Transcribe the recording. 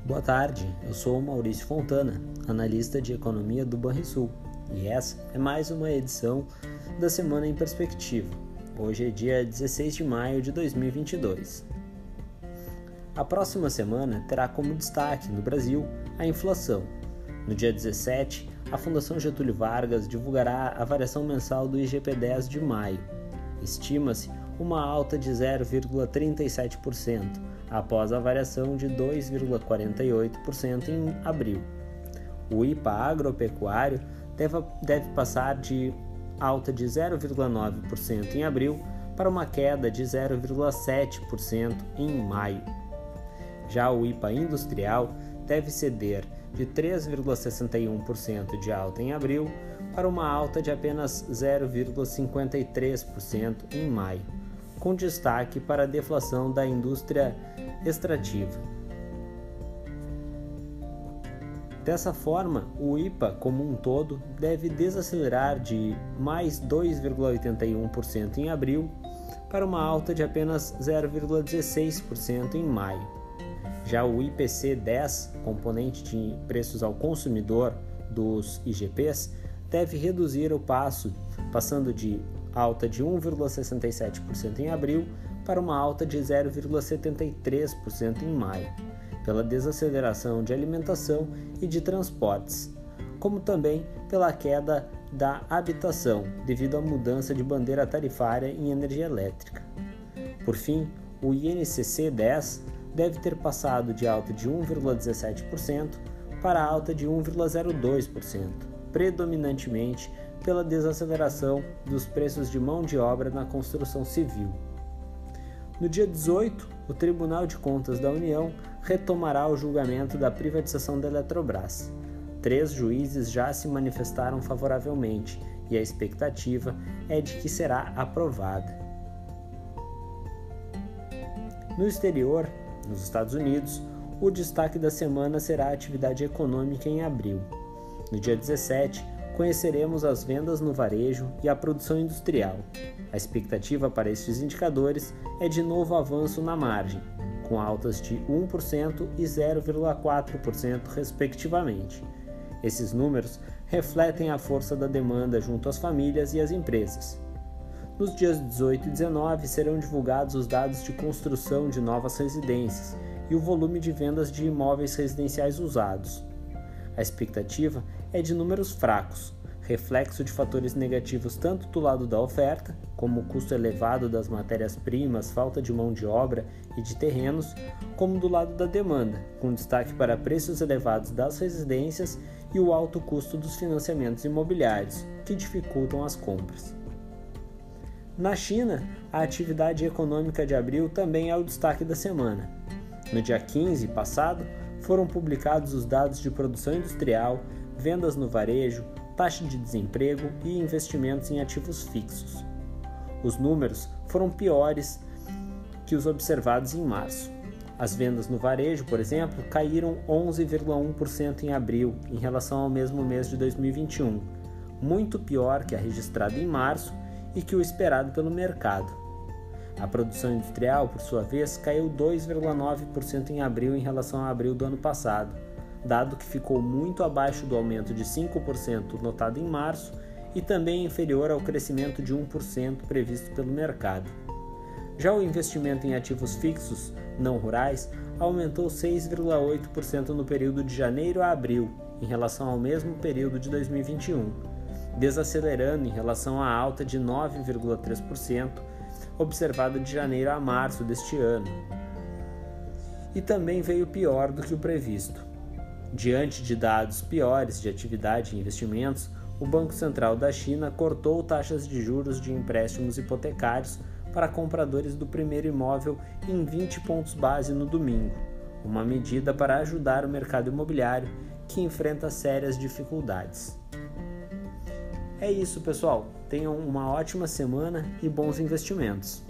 Boa tarde, eu sou o Maurício Fontana, analista de economia do Banrisul, e essa é mais uma edição da Semana em Perspectiva. Hoje é dia 16 de maio de 2022. A próxima semana terá como destaque, no Brasil, a inflação. No dia 17, a Fundação Getúlio Vargas divulgará a variação mensal do IGP-10 de maio. Estima-se uma alta de 0,37%, após a variação de 2,48% em abril. O IPA agropecuário deve passar de alta de 0,9% em abril para uma queda de 0,7% em maio. Já o IPA industrial deve ceder de 3,61% de alta em abril para uma alta de apenas 0,53% em maio, com destaque para a deflação da indústria extrativa. Dessa forma, o IPA como um todo deve desacelerar de mais 2,81% em abril para uma alta de apenas 0,16% em maio. Já o IPC-10, componente de preços ao consumidor dos IGPs, deve reduzir o passo, passando de alta de 1,67% em abril para uma alta de 0,73% em maio, pela desaceleração de alimentação e de transportes, como também pela queda da habitação, devido à mudança de bandeira tarifária em energia elétrica. Por fim, o INCC-10 deve ter passado de alta de 1,17% para alta de 1,02%, predominantemente pela desaceleração dos preços de mão de obra na construção civil. No dia 18, o Tribunal de Contas da União retomará o julgamento da privatização da Eletrobras. 3 juízes já se manifestaram favoravelmente e a expectativa é de que será aprovada. No exterior, nos Estados Unidos, o destaque da semana será a atividade econômica em abril. No dia 17, conheceremos as vendas no varejo e a produção industrial. A expectativa para estes indicadores é de novo avanço na margem, com altas de 1% e 0,4% respectivamente. Esses números refletem a força da demanda junto às famílias e às empresas. Nos dias 18 e 19 serão divulgados os dados de construção de novas residências e o volume de vendas de imóveis residenciais usados. A expectativa é de números fracos, reflexo de fatores negativos tanto do lado da oferta, como o custo elevado das matérias-primas, falta de mão de obra e de terrenos, como do lado da demanda, com destaque para preços elevados das residências e o alto custo dos financiamentos imobiliários, que dificultam as compras. Na China, a atividade econômica de abril também é o destaque da semana. No dia 15 passado, foram publicados os dados de produção industrial, vendas no varejo, taxa de desemprego e investimentos em ativos fixos. Os números foram piores que os observados em março. As vendas no varejo, por exemplo, caíram 11,1% em abril em relação ao mesmo mês de 2021, muito pior que a registrada em março e que o esperado pelo mercado. A produção industrial, por sua vez, caiu 2,9% em abril em relação a abril do ano passado, dado que ficou muito abaixo do aumento de 5% notado em março e também inferior ao crescimento de 1% previsto pelo mercado. Já o investimento em ativos fixos não rurais aumentou 6,8% no período de janeiro a abril, em relação ao mesmo período de 2021, desacelerando em relação à alta de 9,3% observado de janeiro a março deste ano. E também veio pior do que o previsto. Diante de dados piores de atividade e investimentos, o Banco Central da China cortou taxas de juros de empréstimos hipotecários para compradores do primeiro imóvel em 20 pontos base no domingo, uma medida para ajudar o mercado imobiliário que enfrenta sérias dificuldades. É isso, pessoal. Tenham uma ótima semana e bons investimentos.